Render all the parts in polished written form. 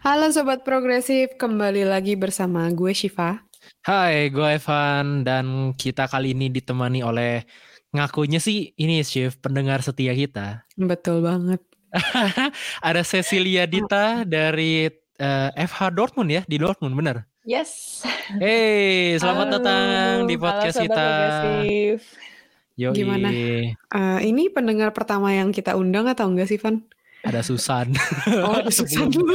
Halo Sobat Progresif, kembali lagi bersama gue Shiva. Hai, gue Evan dan kita kali ini ditemani oleh ngakunya sih ini Chef pendengar setia kita. Betul banget. Ada Cecilia Dita dari FH Dortmund ya, di Dortmund bener. Yes. Hey, selamat Halo, datang di Halo podcast Sobat kita. Progresif. gimana? Yoi, Ini pendengar pertama yang kita undang atau enggak sih, Van? ada Susan. Oh, ada Susan juga.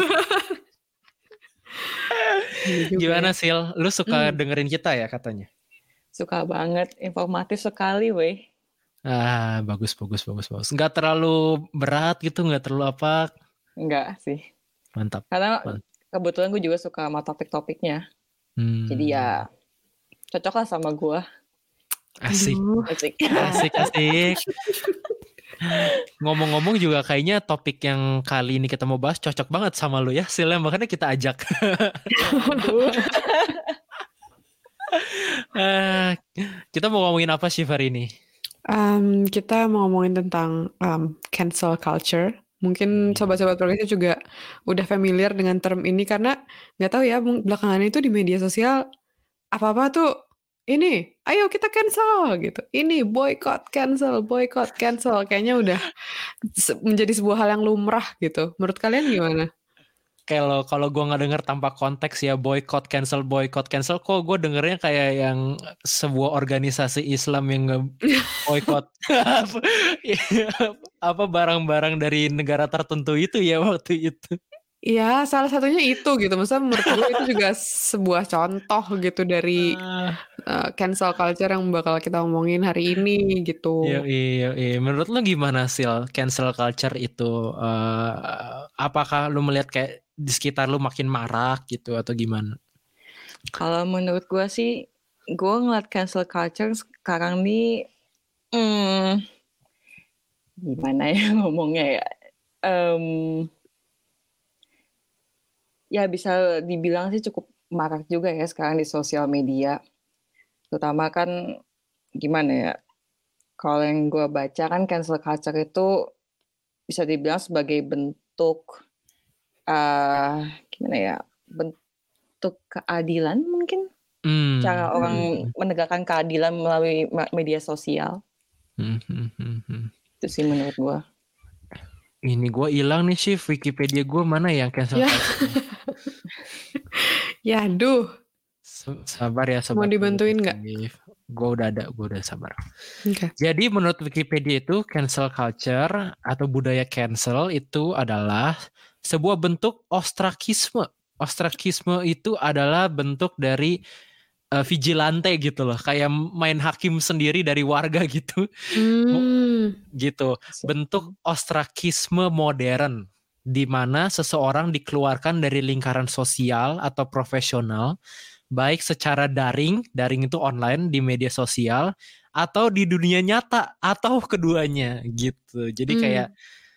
Iya juga Gimana ya. Sil? Lu suka dengerin kita ya katanya? Suka banget, informatif sekali weh. Ah, bagus. Nggak terlalu berat gitu, nggak terlalu apa. Enggak sih. Mantap. Karena kebetulan gue juga suka sama topik-topiknya. Jadi ya cocok lah sama gue. Asik. Aduh, Asik. Asik. Ngomong-ngomong juga kayaknya topik yang kali ini kita mau bahas cocok banget sama lu ya, Sil, makanya kita ajak. Aduh. Kita mau ngomongin apa sih hari ini? kita mau ngomongin tentang cancel culture. Mungkin sobat-sobat progresif juga udah familiar dengan term ini karena nggak tahu ya belakangan itu di media sosial apa-apa tuh ini, ayo kita cancel gitu. Ini boycott, cancel. Kayaknya udah menjadi sebuah hal yang lumrah gitu. Menurut kalian gimana? Kalau gue nggak denger tanpa konteks ya boycott cancel, kok gue dengernya kayak yang sebuah organisasi Islam yang nge-boycott apa barang-barang dari negara tertentu itu ya waktu itu. Ya, salah satunya itu gitu. Maksudnya menurut gue itu juga sebuah contoh gitu dari cancel culture yang bakal kita omongin hari ini gitu. Iya. Menurut lu gimana Sil? Cancel culture itu apakah lu melihat kayak di sekitar lu makin marak gitu atau gimana? Kalau menurut gue sih, gue ngeliat cancel culture sekarang nih, gimana ya ngomongnya ya? Ya bisa dibilang sih cukup marak juga ya sekarang di sosial media. Terutama kan gimana ya? Kalau yang gue baca kan cancel culture itu bisa dibilang sebagai bentuk gimana ya? Bentuk keadilan mungkin. Cara orang menegakkan keadilan melalui media sosial. Itu sih menurut gue. Ini gue hilang nih sih Wikipedia gue mana yang cancel culture. Ya, aduh. Sabar ya sobat. Mau dibantuin nggak? Gue udah sabar. Okay. Jadi menurut Wikipedia itu cancel culture atau budaya cancel itu adalah sebuah bentuk ostrakisme. Ostrakisme itu adalah bentuk dari vigilante gitu loh, kayak main hakim sendiri dari warga gitu. Gitu. Bentuk ostrakisme modern di mana seseorang dikeluarkan dari lingkaran sosial atau profesional baik secara daring itu online di media sosial atau di dunia nyata atau keduanya gitu. Jadi kayak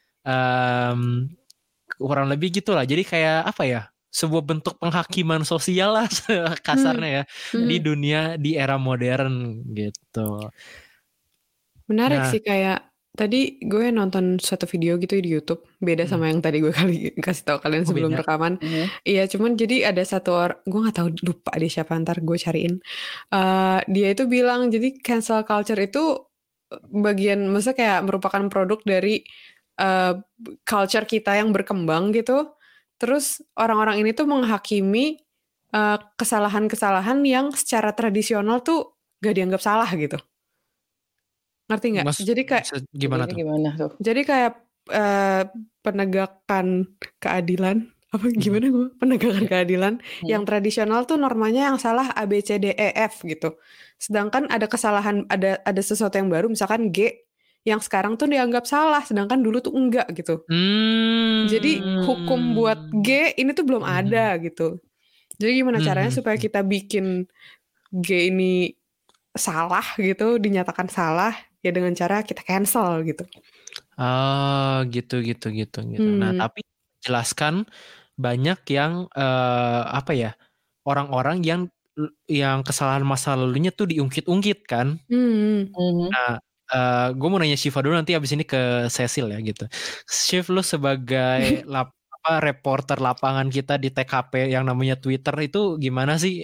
kurang lebih gitulah. Jadi kayak apa ya? Sebuah bentuk penghakiman sosial lah kasarnya ya di dunia di era modern gitu. Menarik sih kayak tadi gue nonton suatu video gitu di YouTube beda sama yang tadi gue kali kasih tahu kalian sebelum rekaman. Iya, cuman jadi ada satu orang, gue nggak tahu, lupa dia siapa, ntar gue cariin. Dia itu bilang jadi cancel culture itu bagian, maksudnya kayak merupakan produk dari culture kita yang berkembang gitu. Terus orang-orang ini tuh menghakimi kesalahan-kesalahan yang secara tradisional tuh gak dianggap salah gitu. Ngerti nggak? Jadi kayak gimana tuh? Jadi kayak penegakan keadilan gimana gue? Penegakan keadilan yang tradisional tuh normanya yang salah A B C D E F gitu. Sedangkan ada kesalahan, ada sesuatu yang baru misalkan G yang sekarang tuh dianggap salah sedangkan dulu tuh enggak gitu. Jadi hukum buat G ini tuh belum ada gitu. Jadi gimana caranya supaya kita bikin G ini salah gitu, dinyatakan salah ya dengan cara kita cancel gitu. Gitu. Nah, tapi jelaskan banyak yang apa ya, orang-orang yang kesalahan masa lalunya tuh diungkit-ungkit kan. Nah, gue mau nanya Shiva dulu nanti abis ini ke Cecil ya gitu. Shiv, lu sebagai reporter lapangan kita di TKP yang namanya Twitter itu gimana sih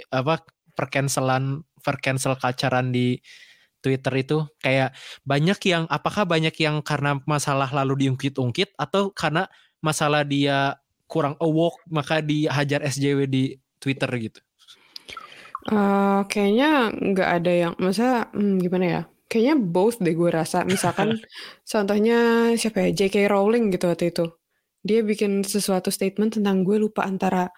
cancel culture-an di Twitter itu kayak apakah banyak yang karena masalah lalu diungkit-ungkit atau karena masalah dia kurang awoke maka dihajar SJW di Twitter gitu. Kayaknya nggak ada yang masa gimana ya? Kayaknya both deh gue rasa. Misalkan contohnya siapa ya? J.K. Rowling gitu waktu itu. Dia bikin sesuatu statement tentang gue lupa antara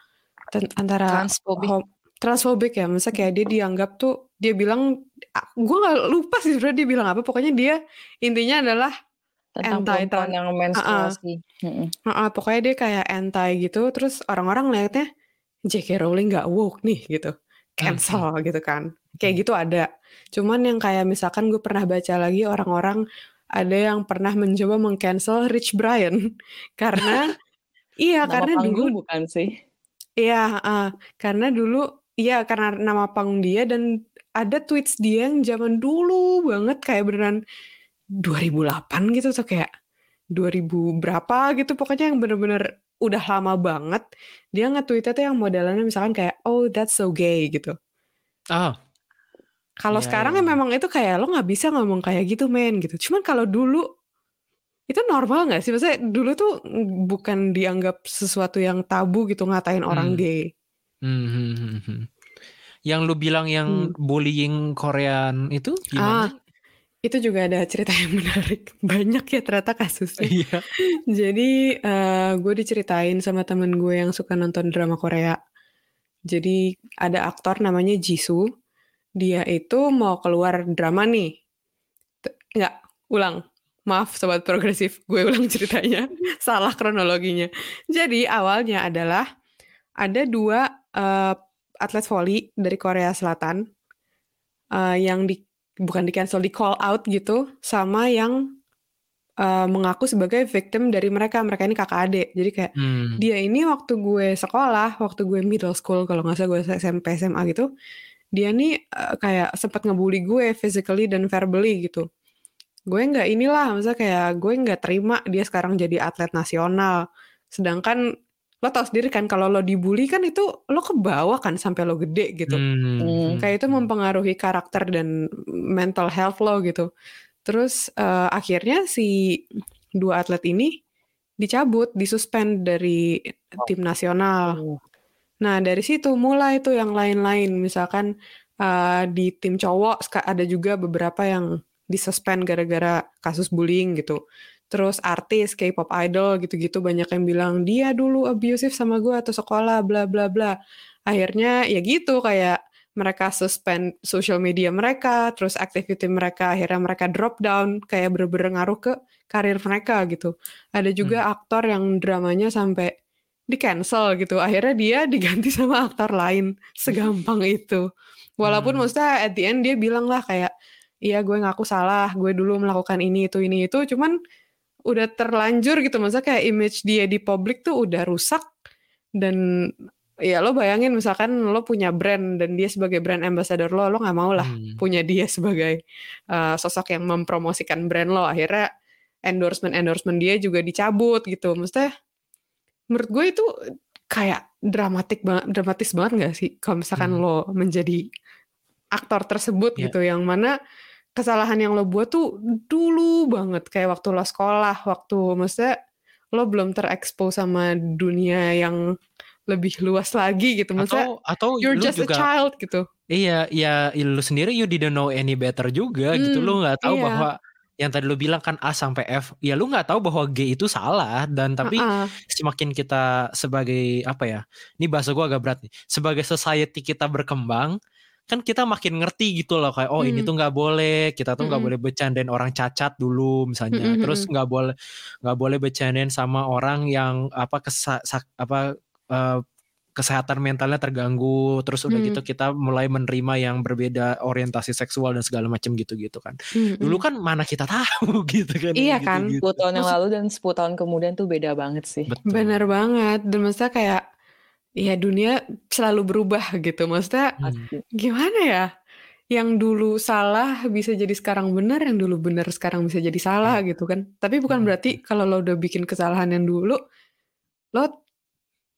transfobik ya. Masa kayak dia dianggap tuh dia bilang gue nggak lupa sih sebenarnya dia bilang apa. Pokoknya dia intinya adalah tentang perempuan yang menstruasi. Pokoknya dia kayak anti gitu. Terus orang-orang liatnya J.K. Rowling nggak woke nih gitu. Cancel gitu kan. Kayak gitu ada. Cuman yang kayak misalkan gue pernah baca lagi orang-orang ada yang pernah mencoba meng-cancel Rich Brian. Karena karena dulu bukan sih. Iya, karena dulu karena nama panggung dia dan ada tweets dia yang zaman dulu banget kayak beneran 2008 gitu atau kayak 2000 berapa gitu pokoknya yang bener-bener udah lama banget dia nge-tweetnya tuh yang modelannya misalkan kayak oh that's so gay gitu. Kalau sekarang memang itu kayak lo nggak bisa ngomong kayak gitu men gitu. Cuman kalau dulu itu normal nggak sih? Maksudnya dulu tuh bukan dianggap sesuatu yang tabu gitu ngatain orang gay. Yang lu bilang yang bullying Korean itu gimana? Itu juga ada cerita yang menarik. Banyak ya ternyata kasusnya. Iya. Jadi gue diceritain sama temen gue yang suka nonton drama Korea. Jadi ada aktor namanya Jisoo. Dia itu mau keluar drama nih. Maaf sobat progresif, gue ulang ceritanya. Salah kronologinya. Jadi awalnya adalah ada 2 atlet voli dari Korea Selatan yang bukan di cancel, di call out gitu sama yang mengaku sebagai victim dari mereka ini kakak adik. Jadi kayak dia ini waktu gue sekolah, waktu gue middle school kalau nggak salah gue SMP SMA gitu, dia nih kayak sempat ngebully gue physically dan verbally gitu. Gue nggak maksudnya kayak gue nggak terima dia sekarang jadi atlet nasional. Sedangkan lo tau sendiri kan kalau lo dibully kan itu lo kebawa kan sampai lo gede gitu. Kayak itu mempengaruhi karakter dan mental health lo gitu. Terus akhirnya si 2 atlet ini dicabut, disuspend dari tim nasional. Nah dari situ mulai tuh yang lain-lain. Misalkan di tim cowok ada juga beberapa yang disuspend gara-gara kasus bullying gitu. Terus artis, K-pop idol gitu-gitu banyak yang bilang dia dulu abusive sama gue atau sekolah bla bla bla. Akhirnya ya gitu kayak mereka suspend social media mereka, terus activity mereka akhirnya mereka drop down kayak bener-bener ngaruh ke karir mereka gitu. Ada juga aktor yang dramanya sampai di cancel gitu. Akhirnya dia diganti sama aktor lain. Segampang itu. Walaupun maksudnya at the end dia bilang lah kayak iya gue ngaku salah, gue dulu melakukan ini itu, cuman udah terlanjur gitu, maksudnya kayak image dia di publik tuh udah rusak, dan ya lo bayangin misalkan lo punya brand dan dia sebagai brand ambassador lo gak mau lah punya dia sebagai sosok yang mempromosikan brand lo, akhirnya endorsement dia juga dicabut gitu, maksudnya menurut gue itu kayak dramatis banget gak sih kalau misalkan lo menjadi aktor tersebut gitu, yang mana kesalahan yang lo buat tuh dulu banget kayak waktu lo sekolah, maksudnya lo belum terekspos sama dunia yang lebih luas lagi gitu, maksudnya atau you're just juga, a child gitu. Iya, ya lu sendiri you didn't know any better juga gitu, lu nggak tahu bahwa yang tadi lu bilang kan A sampai F, ya lu nggak tahu bahwa G itu salah, dan tapi semakin kita sebagai ini bahasa gue agak berat nih, sebagai society kita berkembang, kan kita makin ngerti gitu loh kayak ini tuh nggak boleh, kita tuh nggak boleh bercandain orang cacat dulu misalnya, terus nggak boleh bercandain sama orang yang kesehatan mentalnya terganggu, terus udah gitu kita mulai menerima yang berbeda orientasi seksual dan segala macam gitu kan. Dulu kan mana kita tahu gitu kan. Iya gitu, kan. 10 tahun yang lalu dan 10 tahun kemudian tuh beda banget sih. Betul. Bener banget, dan maksudnya kayak ya dunia selalu berubah gitu, maksudnya gimana ya, yang dulu salah bisa jadi sekarang benar, yang dulu benar sekarang bisa jadi salah gitu kan. Tapi bukan berarti kalau lo udah bikin kesalahan yang dulu lo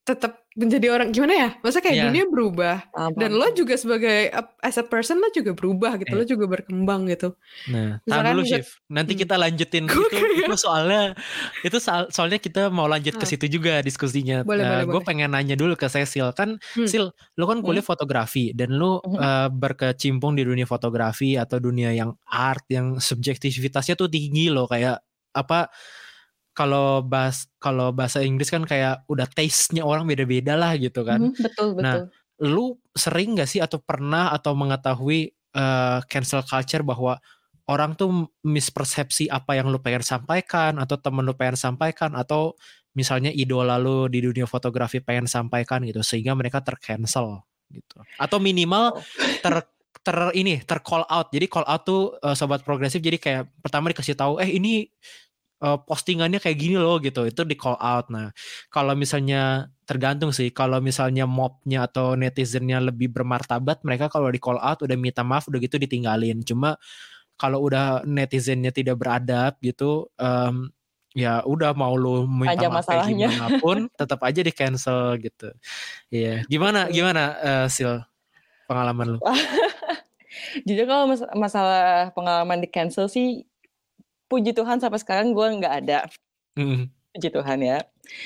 tetap menjadi orang gimana ya? Masa kayak Iya. dunia berubah dan lo Paham. juga sebagai as a person lo juga berubah gitu, lo Iya. juga berkembang gitu. Nah, tahan Misalkan dulu Shiv. Nanti kita lanjutin Gue itu soalnya kita mau lanjut ke situ juga diskusinya. boleh. Gue pengen nanya dulu ke Cecil. Kan Sil, lo kan kuliah fotografi dan lo berkecimpung di dunia fotografi atau dunia yang art yang subjektivitasnya tuh tinggi loh, kayak apa, kalau bahasa Inggris kan kayak udah taste-nya orang beda-beda lah gitu kan. Betul. Nah, lu sering gak sih atau pernah atau mengetahui cancel culture bahwa orang tuh mispersepsi apa yang lu pengen sampaikan atau temen lu pengen sampaikan atau misalnya idola lu di dunia fotografi pengen sampaikan gitu sehingga mereka tercancel gitu. Atau minimal call out. Jadi call out tuh sobat progresif, jadi kayak pertama dikasih tahu ini postingannya kayak gini loh gitu, itu di call out. Nah, kalau misalnya tergantung sih, kalau misalnya mobnya atau netizennya lebih bermartabat, mereka kalau di call out udah minta maaf udah gitu ditinggalin. Cuma kalau udah netizennya tidak beradab gitu, ya udah mau lu minta Aja maaf kayak masalahnya. gimana pun tetap aja di cancel gitu. Iya, gimana Sil pengalaman lu? Jujur kalau masalah pengalaman di cancel sih, puji Tuhan sampai sekarang gue nggak ada. Puji Tuhan ya.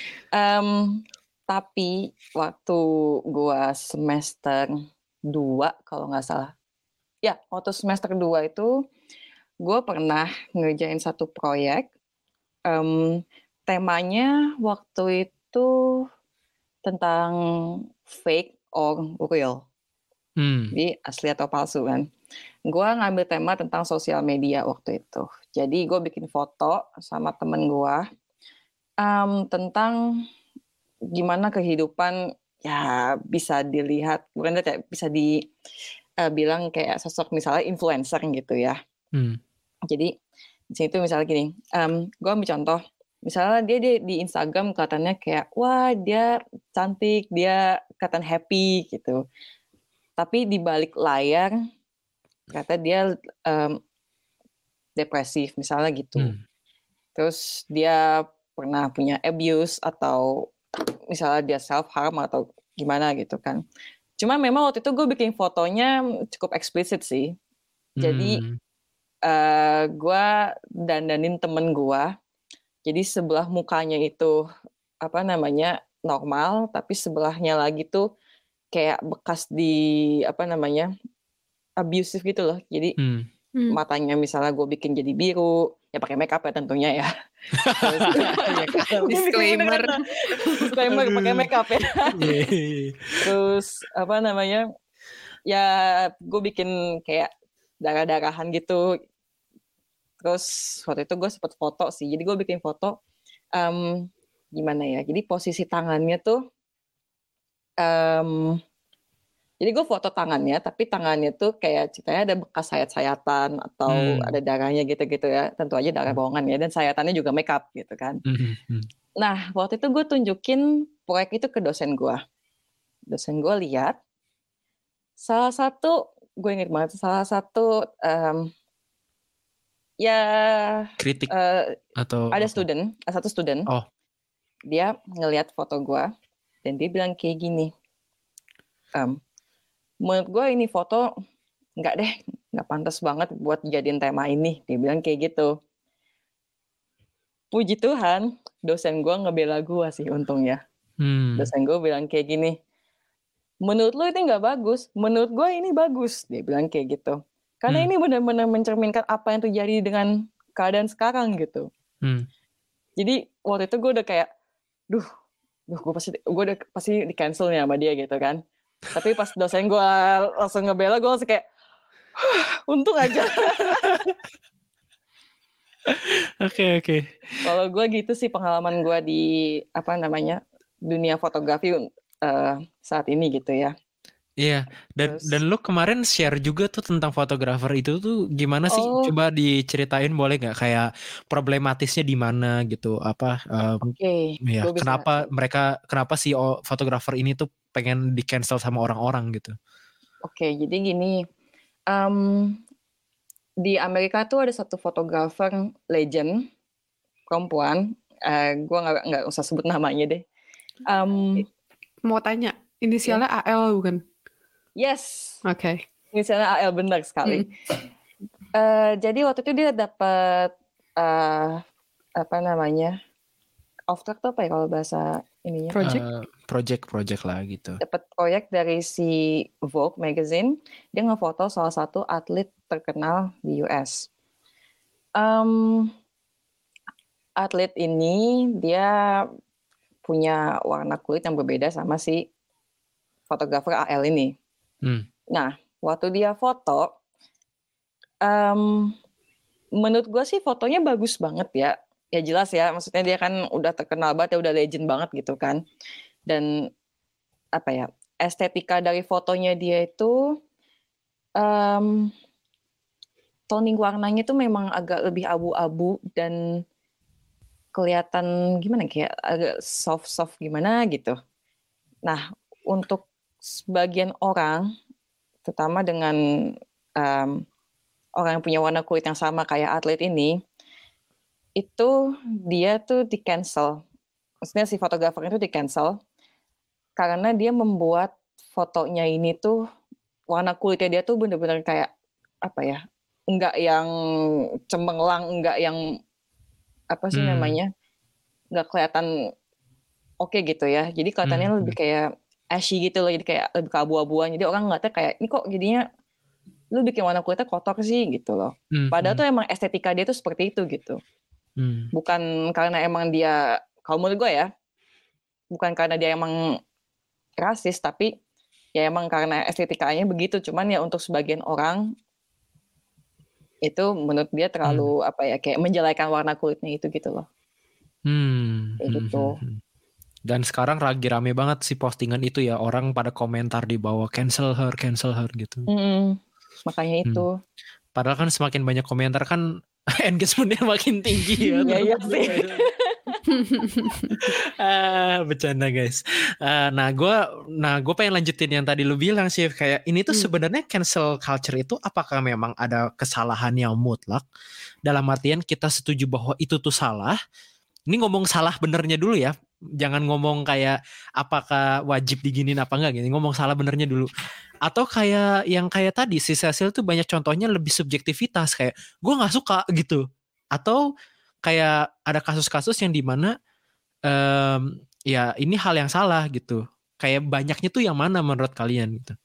Tapi waktu gue semester 2 kalau nggak salah. Ya, waktu semester 2 itu gue pernah ngerjain satu proyek. Temanya waktu itu tentang fake or real. Jadi asli atau palsu kan. Gue ngambil tema tentang sosial media waktu itu. Jadi gue bikin foto sama temen gue tentang gimana kehidupan ya bisa dilihat, bukan kayak bisa dibilang kayak sosok misalnya influencer gitu ya. Jadi di situ misalnya gini, gue ambil contoh, misalnya dia di Instagram kelihatannya kayak wah dia cantik, dia kelihatan happy gitu. Tapi di balik layar kata dia depresif misalnya gitu. Terus dia pernah punya abuse atau misalnya dia self harm atau gimana gitu kan. Cuma memang waktu itu gue bikin fotonya cukup eksplisit sih. Jadi gue dandanin temen gue. Jadi sebelah mukanya itu normal, tapi sebelahnya lagi tuh kayak bekas di abusive gitu loh. Jadi matanya misalnya gue bikin jadi biru, ya pakai makeup ya tentunya ya. Disclaimer pakai makeup ya. Terus ya gue bikin kayak darah-darahan gitu. Terus waktu itu gue sempet foto sih. Jadi gue bikin foto gimana ya. Jadi posisi tangannya tuh jadi gue foto tangannya, tapi tangannya tuh kayak ceritanya ada bekas sayat-sayatan atau ada darahnya gitu-gitu ya. Tentu aja darah bohongan ya, dan sayatannya juga makeup gitu kan. Nah, waktu itu gue tunjukin proyek itu ke dosen gue. Dosen gue lihat, gue inget banget, salah satu kritik atau ada satu student, dia ngelihat foto gue, dan dia bilang kayak gini, menurut gue ini foto nggak pantas banget buat jadiin tema ini. Dia bilang kayak gitu. Puji Tuhan, dosen gue ngebela gue sih untungnya. Dosen gue bilang kayak gini, menurut lo ini nggak bagus, menurut gue ini bagus. Dia bilang kayak gitu. Karena ini benar-benar mencerminkan apa yang terjadi dengan keadaan sekarang gitu. Jadi waktu itu gue udah kayak, gue pasti di cancel nya sama dia gitu kan. Tapi pas dosen gue langsung ngebela, gue langsung kayak, untung aja. Oke. Kalau gue gitu sih pengalaman gue di dunia fotografi saat ini gitu ya. Iya, dan lu kemarin share juga tuh tentang fotografer itu tuh gimana sih? Coba diceritain boleh nggak, kayak problematisnya di mana gitu? Ya kenapa sih fotografer ini tuh pengen di cancel sama orang-orang gitu? Oke, jadi gini, di Amerika tuh ada satu fotografer legend perempuan, gue nggak usah sebut namanya deh. mau tanya. Inisialnya AL bukan? Yes. Oke. Misalnya AL benar sekali. Jadi waktu itu dia dapat apa namanya? Off-track tuh apa ya kalau bahasa ininya? Project lah gitu. Dapat proyek dari si Vogue magazine. Dia ngefoto salah satu atlet terkenal di US. Atlet ini dia punya warna kulit yang berbeda sama si fotografer AL ini. Nah, waktu dia foto, menurut gue sih fotonya bagus banget ya. Ya jelas ya, maksudnya dia kan udah terkenal banget ya, udah legend banget gitu kan. Dan apa ya, estetika dari fotonya dia itu toning warnanya itu memang agak lebih abu-abu dan kelihatan gimana kayak agak soft gimana gitu. Nah, untuk sebagian orang, terutama dengan orang yang punya warna kulit yang sama kayak atlet ini, itu dia tuh di cancel. Maksudnya si fotografer itu di cancel karena dia membuat fotonya ini tuh warna kulitnya dia tuh bener-bener kayak apa ya, enggak yang cemerlang, enggak yang apa sih namanya, enggak kelihatan oke gitu ya. Jadi kelihatannya lebih kayak ashy gitu loh, jadi kayak lebih keabu-abuan. Jadi orang ngeliatnya kayak ini kok jadinya lu bikin warna kulitnya kotor sih gitu loh. Padahal tuh emang estetika dia tuh seperti itu gitu. Bukan karena emang dia, kalau menurut gue ya, bukan karena dia emang rasis, tapi ya emang karena estetikanya begitu. Cuman ya untuk sebagian orang itu menurut dia terlalu apa ya, kayak menjelekan warna kulitnya itu gitu loh. Kayak gitu. Dan sekarang lagi rame banget sih postingan itu ya, orang pada komentar di bawah cancel her gitu. Makanya itu. Padahal kan semakin banyak komentar kan engagement-nya makin tinggi ya. Iya sih. Bercanda guys. Nah gue pengen lanjutin yang tadi lu bilang sih, kayak ini tuh sebenarnya cancel culture itu apakah memang ada kesalahan yang mutlak? Dalam artian kita setuju bahwa itu tuh salah. Ini ngomong salah benernya dulu ya. Jangan ngomong kayak apakah wajib diginin apa enggak gitu. Ngomong salah benernya dulu. Atau kayak yang kayak tadi si Cecil tuh banyak contohnya lebih subjektivitas, kayak gue gak suka gitu. Atau kayak ada kasus-kasus yang dimana ya ini hal yang salah gitu. Kayak banyaknya tuh yang mana menurut kalian gitu?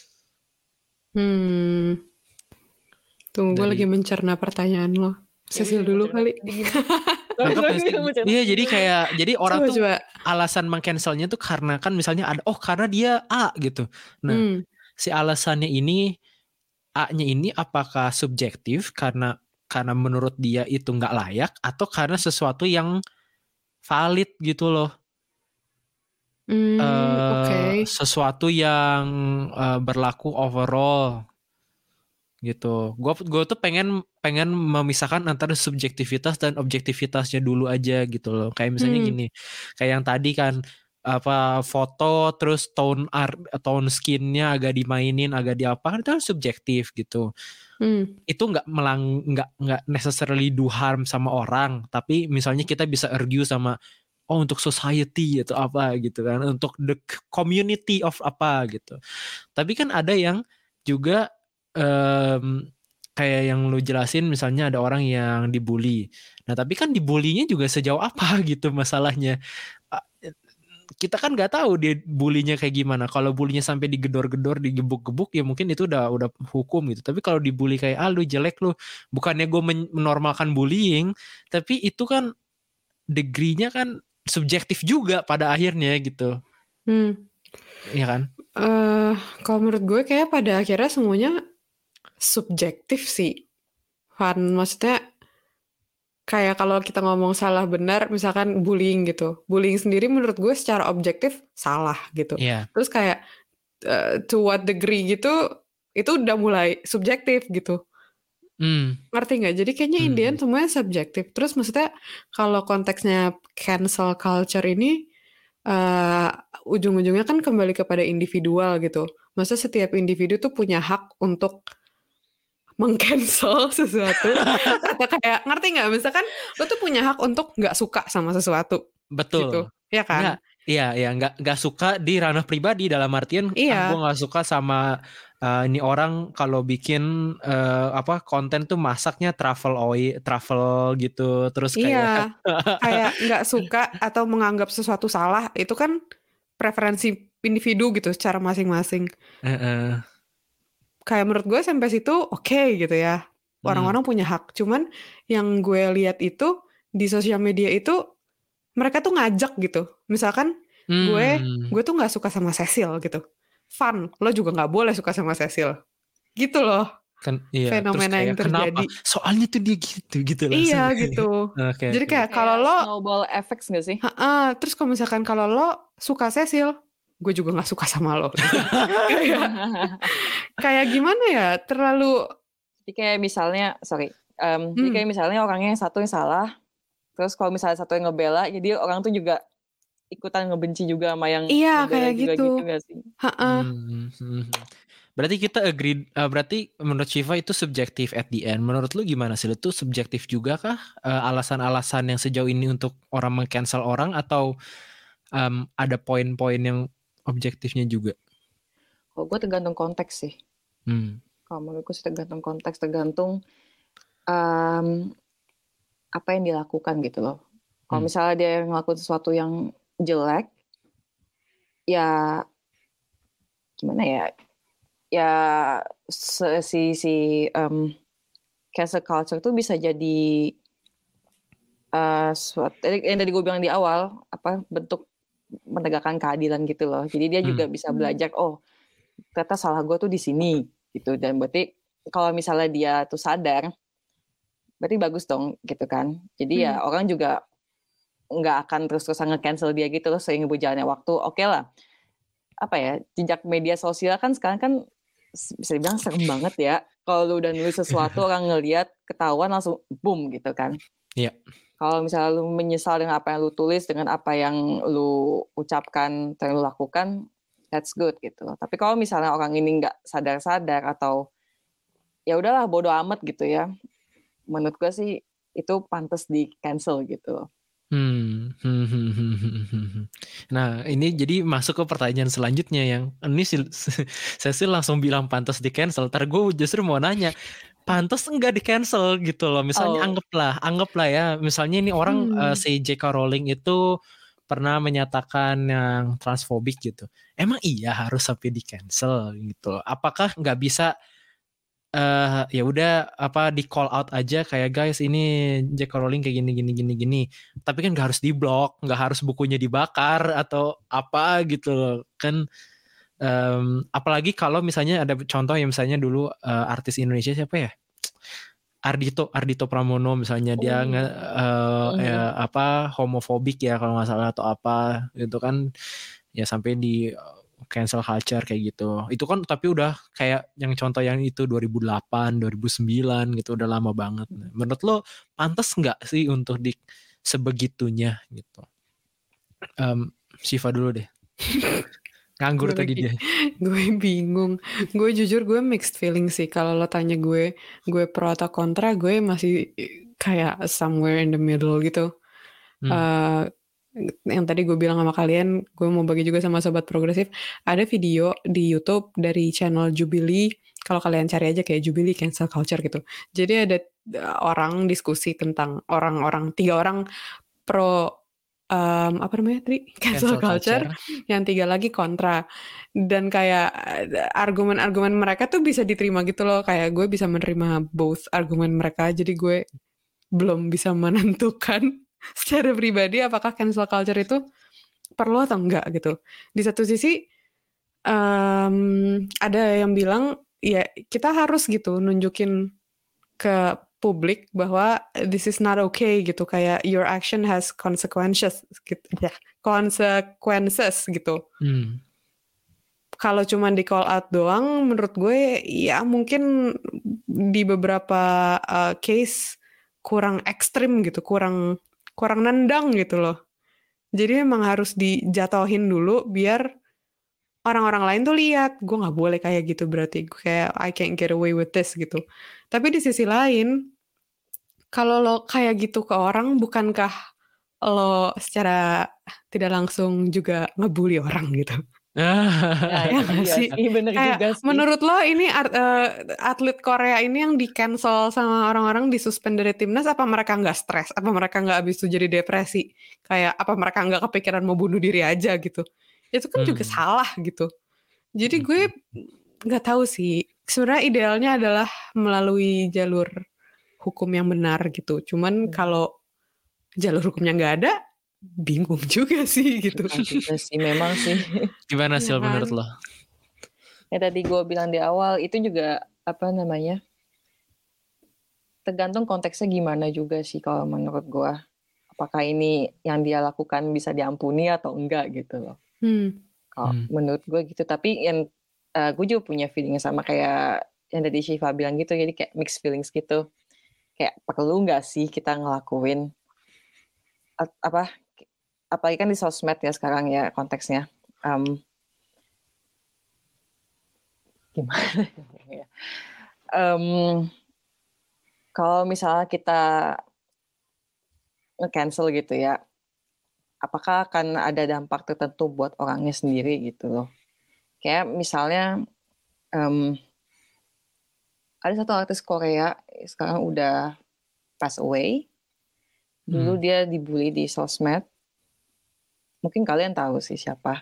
Tunggu, gue lagi mencerna pertanyaan lo. Cecil dulu kali. Iya, jadi orang tuh alasan meng-cancelnya tuh karena kan misalnya ada karena dia A gitu. Nah, si alasannya ini A-nya ini apakah subjektif karena menurut dia itu nggak layak atau karena sesuatu yang valid gitu loh. Sesuatu yang berlaku overall gitu. Gue tuh pengen memisahkan antara subjektivitas dan objektivitasnya dulu aja gitu loh. Kayak misalnya gini, kayak yang tadi kan apa foto terus tone skinnya agak dimainin, agak diapakan, itu kan subjektif gitu. Itu nggak necessarily do harm sama orang, tapi misalnya kita bisa argue sama untuk society atau apa gitu kan, untuk the community of apa gitu. Tapi kan ada yang juga kayak yang lu jelasin, misalnya ada orang yang dibully. Nah tapi kan dibulinya juga sejauh apa gitu masalahnya. Kita kan nggak tahu dia bulinya kayak gimana. Kalau bulinya sampai digedor-gedor, digebuk-gebuk ya mungkin itu udah hukum gitu. Tapi kalau dibully kayak lu jelek lu, bukannya gue menormalkan bullying, tapi itu kan degree-nya kan subjektif juga pada akhirnya gitu. Iya kan? Kalau menurut gue kayak pada akhirnya semuanya subjektif sih. Maksudnya kayak kalau kita ngomong salah benar, misalkan bullying gitu. Bullying sendiri menurut gue secara objektif salah gitu. Terus kayak to what degree gitu, itu udah mulai subjektif gitu. Ngerti nggak? Jadi kayaknya Indian semuanya subjektif. Terus maksudnya kalau konteksnya cancel culture ini ujung-ujungnya kan kembali kepada individual gitu. Maksudnya setiap individu tuh punya hak untuk meng-cancel sesuatu. Atau kayak ngerti nggak? Misalkan lo tuh punya hak untuk nggak suka sama sesuatu. Betul. Gitu. Ya kan? Iya, nggak suka di ranah pribadi dalam artian gue Iya, nggak suka sama ini orang kalau bikin konten tuh masaknya travel gitu, terus kayak iya. Kayak nggak suka atau menganggap sesuatu salah, itu kan preferensi individu gitu secara masing-masing. eh, Kayak menurut gue sampai situ oke gitu ya. hmm, Orang-orang punya hak. Cuman yang gue lihat itu di sosial media itu mereka tuh ngajak gitu. Misalkan gue tuh nggak suka sama Cecil gitu. Fun, lo juga nggak boleh suka sama Cecil. Gitu loh kan iya, terus fenomena yang kayak kenapa? terjadi. Soalnya tuh dia gitu Iya langsung. gitu. Oke, Jadi oke. kayak kalau Kayak lo, snowball effects nggak sih? terus kalau misalkan kalau lo suka Cecil, gue juga nggak suka sama lo. Gitu. Kayak kayak gimana ya? Terlalu Jadi kayak misalnya, jadi kayak misalnya orangnya yang satu yang salah, terus kalau misalnya satu yang ngebela, jadi orang tuh juga ikutan ngebenci juga sama yang iya ngebela kayak juga gitu. gitu nggak sih? Berarti kita agree, berarti menurut Shiva itu subjektif at the end. Menurut lu gimana sih? Itu subjektif juga kah? Alasan-alasan yang sejauh ini untuk orang meng-cancel orang atau ada poin-poin yang objektifnya juga? Kalau gue tergantung konteks sih. Kalau menurutku sih tergantung konteks, tergantung apa yang dilakukan gitu loh. Kalau misalnya dia ngelakuin sesuatu yang jelek, ya gimana ya? Ya si cancel culture tuh bisa jadi yang tadi gue bilang di awal, bentuk menegakkan keadilan gitu loh. Jadi dia juga bisa belajar, oh ternyata salah gue tuh di sini gitu. Dan berarti kalau misalnya dia tuh sadar, berarti bagus dong gitu kan. Jadi ya orang juga nggak akan terus-terusan nge-cancel dia gitu loh seiring berjalannya waktu. Oke lah, apa ya, jejak media sosial kan sekarang kan bisa dibilang serem banget ya. Kalau lu udah nulis sesuatu orang ngelihat ketahuan langsung boom gitu kan. Iya. Kalau misalnya lu menyesal dengan apa yang lu tulis, dengan apa yang lu ucapkan, yang lu lakukan, that's good gitu. Tapi kalau misalnya orang ini nggak sadar-sadar atau ya udahlah bodo amat gitu ya, menurut gue sih itu pantas di cancel gitu. Nah, ini jadi masuk ke pertanyaan selanjutnya yang ini saya sih langsung bilang pantas di cancel. Ntar gue justru mau nanya, pantas enggak di cancel gitu loh. Misalnya anggaplah ya, misalnya ini orang si J.K. Rowling itu pernah menyatakan yang transfobik gitu. Emang iya harus sampai di cancel gitu. Apakah nggak bisa ya udah di call out aja kayak guys ini J.K. Rowling kayak gini. Tapi kan nggak harus diblok, nggak harus bukunya dibakar atau apa gitu loh. Kan apalagi kalau misalnya ada contoh yang misalnya dulu artis Indonesia siapa ya? Ardhito Pramono misalnya dia homofobik ya kalau nggak salah atau apa gitu kan ya sampai di cancel culture kayak gitu. Itu kan tapi udah kayak yang contoh yang itu 2008, 2009 gitu udah lama banget. Menurut lo pantas nggak sih untuk di sebegitunya gitu? Shiva dulu deh. Nganggur tadi dia. Gue bingung. Gue jujur gue mixed feeling sih. Kalau lo tanya gue pro atau kontra, gue masih kayak somewhere in the middle gitu. Yang tadi gue bilang sama kalian, gue mau bagi juga sama Sobat Progresif, ada video di YouTube dari channel Jubilee, kalau kalian cari aja kayak Jubilee Cancel Culture gitu. Jadi ada orang diskusi tentang 3 orang pro apa namanya tadi? Cancel culture, yang 3 lagi kontra. Dan kayak argumen-argumen mereka tuh bisa diterima gitu loh, kayak gue bisa menerima both argumen mereka, jadi gue belum bisa menentukan secara pribadi apakah cancel culture itu perlu atau enggak gitu. Di satu sisi ada yang bilang ya kita harus gitu nunjukin ke publik bahwa this is not okay gitu, kayak your action has consequences gitu ya, consequences gitu. Kalau cuma di call out doang, menurut gue ya mungkin di beberapa case kurang ekstrim gitu, kurang nendang gitu loh. Jadi memang harus dijatohin dulu biar orang-orang lain tuh lihat, gue nggak boleh kayak gitu berarti kayak I can't get away with this gitu. Tapi di sisi lain, kalau lo kayak gitu ke orang, bukankah lo secara tidak langsung juga ngebully orang gitu. Nah, Ya itu nggak dia sih? sih, bener Kayak juga sih. menurut lo ini atlet Korea ini yang di-cancel sama orang-orang disuspend dari timnas, apa mereka nggak stres? Apa mereka nggak habis itu jadi depresi? Kayak apa mereka nggak kepikiran mau bunuh diri aja gitu? Itu kan juga salah gitu. Jadi gue nggak tahu sih. Sebenarnya idealnya adalah melalui jalur hukum yang benar gitu. Cuman kalau jalur hukumnya nggak ada, bingung juga sih gitu. Bingung juga sih, memang sih. Gimana Iya Sil menurut kan? lo? Ya tadi gue bilang di awal, itu juga apa namanya, tergantung konteksnya gimana juga sih kalau menurut gue. Apakah ini yang dia lakukan bisa diampuni atau enggak gitu loh. Kalau menurut gue gitu. Tapi yang gue juga punya feeling yang sama kayak yang tadi Syifa bilang gitu. Jadi kayak mixed feelings gitu. Kayak perlu nggak sih kita ngelakuin apalagi kan di sosmed ya sekarang ya konteksnya. Gimana ya? Kalau misalnya kita nge-cancel gitu ya, apakah akan ada dampak tertentu buat orangnya sendiri gitu loh. Kayak misalnya ada satu artis Korea sekarang udah pass away. Dulu dia dibully di sosmed. Mungkin kalian tahu sih siapa.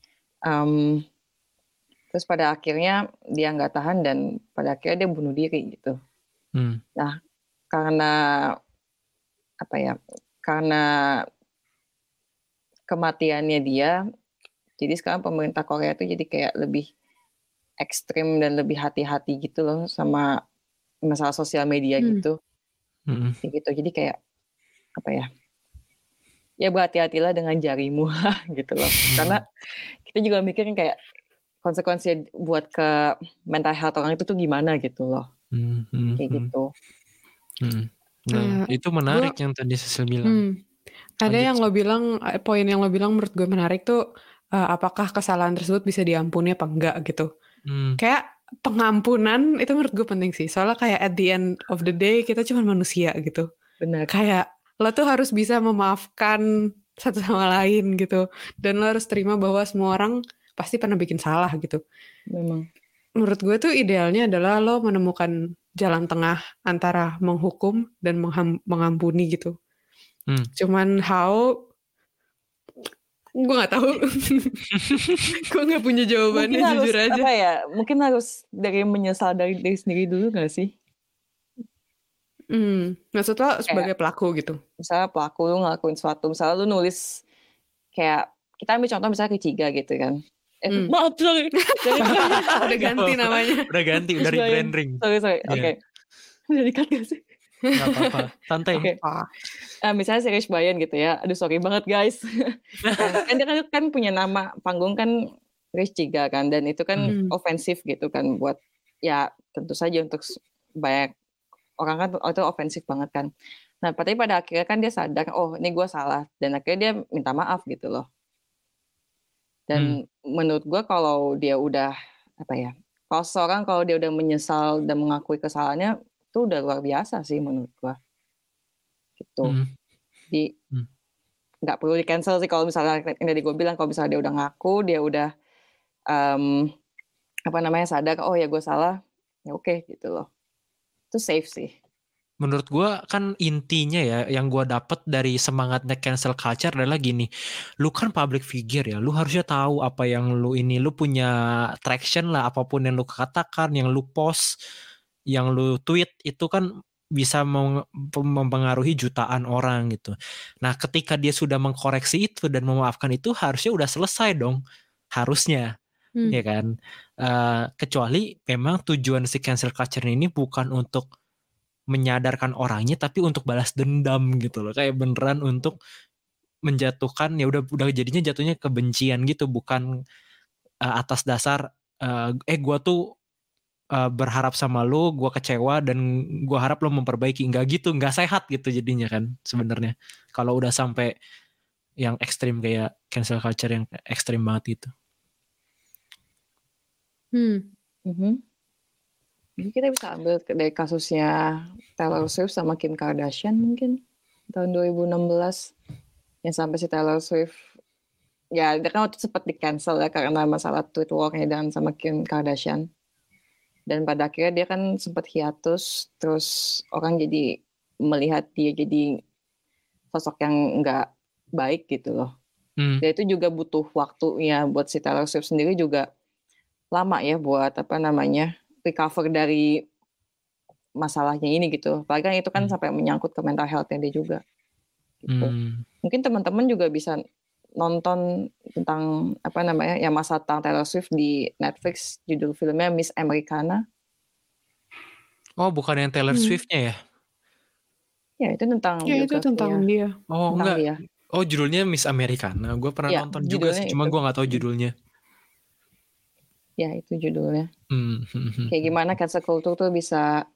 Terus pada akhirnya dia nggak tahan dan pada akhirnya dia bunuh diri gitu. Nah, karena apa ya? Karena kematiannya dia, jadi sekarang pemerintah Korea tuh jadi kayak lebih ekstrim dan lebih hati-hati gitu loh sama masalah sosial media gitu. Gitu. Jadi kayak apa ya? Ya berhati-hatilah dengan jarimu lah gitu loh. Karena kita juga mikirin kayak konsekuensi buat ke mental health orang itu tuh gimana gitu loh. Kayak gitu. Nah, itu menarik yang tadi Sisil bilang. Ada yang lo bilang, poin yang lo bilang menurut gue menarik tuh, apakah kesalahan tersebut bisa diampuni apa enggak gitu. Kayak pengampunan itu menurut gue penting sih. Soalnya kayak at the end of the day kita cuma manusia gitu. Benar. Kayak lo tuh harus bisa memaafkan satu sama lain gitu. Dan lo harus terima bahwa semua orang pasti pernah bikin salah gitu. Memang. Menurut gue tuh idealnya adalah lo menemukan jalan tengah antara menghukum dan mengampuni gitu. Cuman gue nggak tahu. Gue nggak punya jawabannya, mungkin jujur harus, aja. apa ya? Mungkin harus dari menyesal dari diri sendiri dulu nggak sih? Maksud lo sebagai pelaku gitu? Misalnya pelaku lu ngelakuin sesuatu, misalnya lu nulis kayak kita ambil contoh misalnya Keciga gitu kan. Maaf, sorry. Udah ganti namanya. Udah ganti, udah rebranding. Sorry. Oke. Udah di-cut gak sih? Gak apa-apa, santai. Oke. Misalnya si Rich Brian gitu ya. Aduh sorry banget guys. Kan dia kan punya nama panggung kan Rich Chiga kan. Dan itu kan ofensif gitu kan buat ya tentu saja untuk banyak orang kan itu ofensif banget kan. Nah tapi pada akhirnya kan dia sadar oh ini gue salah. Dan akhirnya dia minta maaf gitu loh. Dan menurut gue kalau dia udah apa ya, kalau dia udah menyesal dan mengakui kesalahannya itu udah luar biasa sih menurut gue. Gitu. Jadi nggak perlu di cancel sih kalau misalnya yang tadi gue bilang kalau misalnya dia udah ngaku, dia udah sadar oh ya gue salah, ya oke gitu loh. Itu safe sih. Menurut gue kan intinya ya yang gue dapet dari semangatnya cancel culture adalah gini, lu kan public figure ya, lu harusnya tahu apa yang lu punya traction lah, apapun yang lu katakan, yang lu post, yang lu tweet itu kan bisa mempengaruhi jutaan orang gitu. Nah ketika dia sudah mengkoreksi itu dan memaafkan itu harusnya udah selesai dong, harusnya. Ya kan, kecuali memang tujuan si cancel culture ini bukan untuk menyadarkan orangnya tapi untuk balas dendam gitu loh, kayak beneran untuk menjatuhkan ya udah jadinya jatuhnya kebencian gitu, bukan atas dasar gue tuh berharap sama lu, gue kecewa dan gue harap lo memperbaiki, nggak sehat gitu jadinya kan sebenarnya kalau udah sampai yang ekstrim kayak cancel culture yang ekstrim banget gitu. Jadi kita bisa ambil dari kasusnya Taylor Swift sama Kim Kardashian mungkin tahun 2016 yang sampai si Taylor Swift ya dia kan waktu sempat di cancel ya karena masalah tweet war-nya dan sama Kim Kardashian. Dan pada akhirnya dia kan sempat hiatus, terus orang jadi melihat dia jadi sosok yang nggak baik gitu loh. Dan itu juga butuh waktu ya buat si Taylor Swift sendiri juga lama ya buat recover dari masalahnya ini gitu. Apalagi kan itu kan sampai menyangkut ke mental health-nya dia juga. Gitu. Mungkin teman-teman juga bisa nonton tentang ya masa tentang Taylor Swift di Netflix, judul filmnya Miss Americana. Oh, bukan yang Taylor Swift-nya ya? Ya, itu tentang itu tentang dia. Oh, tentang enggak. dia. Oh, judulnya Miss Americana. Gue pernah nonton juga sih, cuma gue nggak tahu judulnya. Ya, itu judulnya. Kayak gimana cancel culture tuh bisa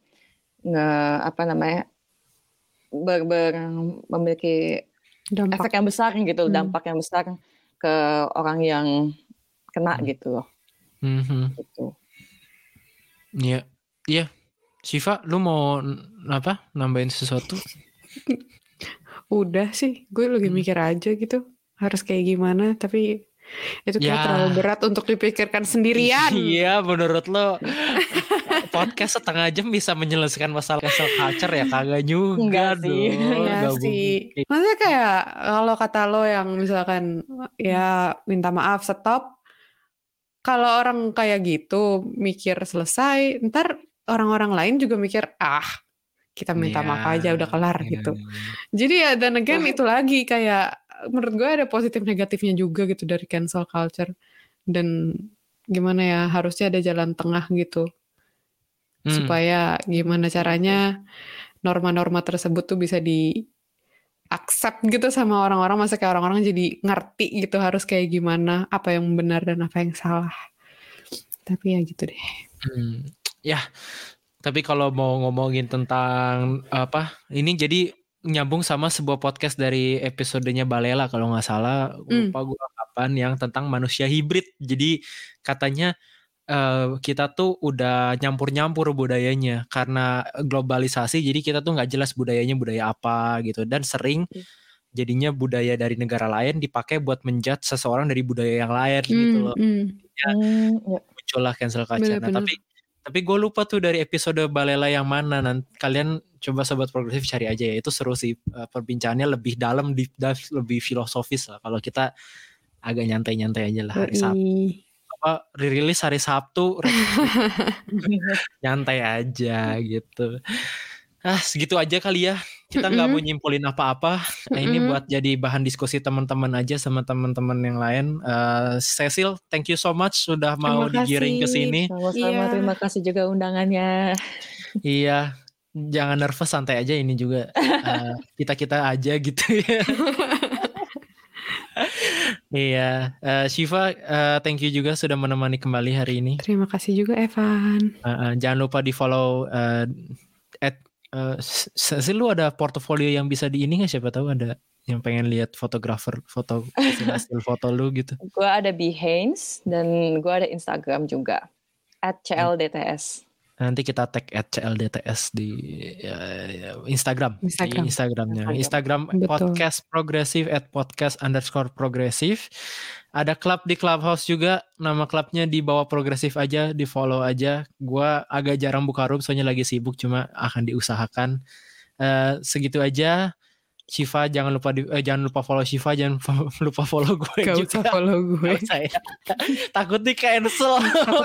memiliki efek yang besar gitu, dampak yang besar ke orang yang kena gitu loh. Gitu. Iya. Iya. Syifa, lu mau nambahin sesuatu? Udah sih, gue lagi mikir aja gitu. Harus kayak gimana, tapi itu kayak terlalu berat untuk dipikirkan sendirian. Iya, menurut lo podcast setengah jam bisa menyelesaikan masalah cancel culture ya? Kagak juga dong. Enggak sih. Maksudnya kayak kalau kata lo yang misalkan ya minta maaf, stop. Kalau orang kayak gitu mikir selesai, ntar orang-orang lain juga mikir kita minta maaf aja udah kelar gitu. Jadi ya dan again itu lagi kayak menurut gue ada positif negatifnya juga gitu dari cancel culture. Dan gimana ya, harusnya ada jalan tengah gitu. Supaya gimana caranya norma-norma tersebut tuh bisa di accept gitu sama orang-orang, masa kayak orang-orang jadi ngerti gitu harus kayak gimana, apa yang benar dan apa yang salah. Tapi ya gitu deh. Ya, tapi kalau mau ngomongin tentang ini jadi nyambung sama sebuah podcast dari episodenya Balela kalau nggak salah, lupa gue kapan, yang tentang manusia hibrid. Jadi katanya kita tuh udah nyampur-nyampur budayanya karena globalisasi, jadi kita tuh nggak jelas budayanya budaya apa gitu, dan sering jadinya budaya dari negara lain dipakai buat menjudge seseorang dari budaya yang lain gitu loh. Ya, muncullah cancel culture. Nah, tapi gue lupa tuh dari episode Balela yang mana. Nanti kalian coba Sobat Progresif cari aja ya, itu seru sih, perbincangannya lebih dalam, deep dive, lebih filosofis lah. Kalau kita agak nyantai-nyantai aja lah hari Sabtu. Rilis hari Sabtu nyantai aja gitu. Segitu aja kali ya, kita nggak mau nyimpulin apa-apa. Ini buat jadi bahan diskusi teman-teman aja sama teman-teman yang lain. Cecil, thank you so much sudah mau digiring ke sini. Sama-sama, terima kasih juga undangannya. Iya, jangan nervous, santai aja, ini juga kita aja gitu ya. Iya, Syifa, thank you juga sudah menemani kembali hari ini. Terima kasih juga Evan. Jangan lupa di follow Cecil, lu ada portofolio yang bisa di ini nggak? Siapa tahu ada yang pengen lihat fotografer, hasil foto lu gitu. Gue ada Behance dan gue ada Instagram juga @cldts. Nanti kita tag @cldts di Instagram. Di Instagramnya. Instagram podcast progresif @podcast_progresif. Ada klub di Clubhouse juga. Nama klubnya di bawah progresif aja, di follow aja. Gua agak jarang buka room soalnya lagi sibuk, cuma akan diusahakan. Segitu aja. Syifa, jangan lupa follow Syifa, jangan lupa follow gue. Gak juga. usah follow gue. Takut di cancel.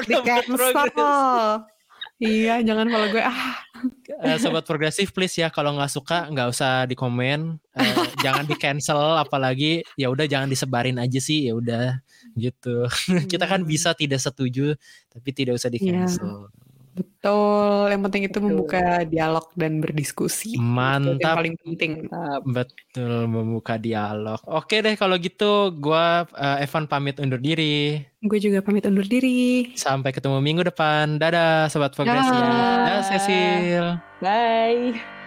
Iya, jangan follow gue. Sobat Progresif, please ya, kalau nggak suka nggak usah di komen, jangan di cancel, apalagi ya udah jangan disebarin aja sih, ya udah gitu. Kita kan bisa tidak setuju, tapi tidak usah di cancel. Betul, yang penting itu membuka dialog dan berdiskusi. Mantap. Itu yang paling penting. Betul, membuka dialog. Oke deh kalau gitu, gue Evan pamit undur diri. Gue juga pamit undur diri. Sampai ketemu minggu depan. Dadah Sobat Progresif. Dadah Cecil. Bye.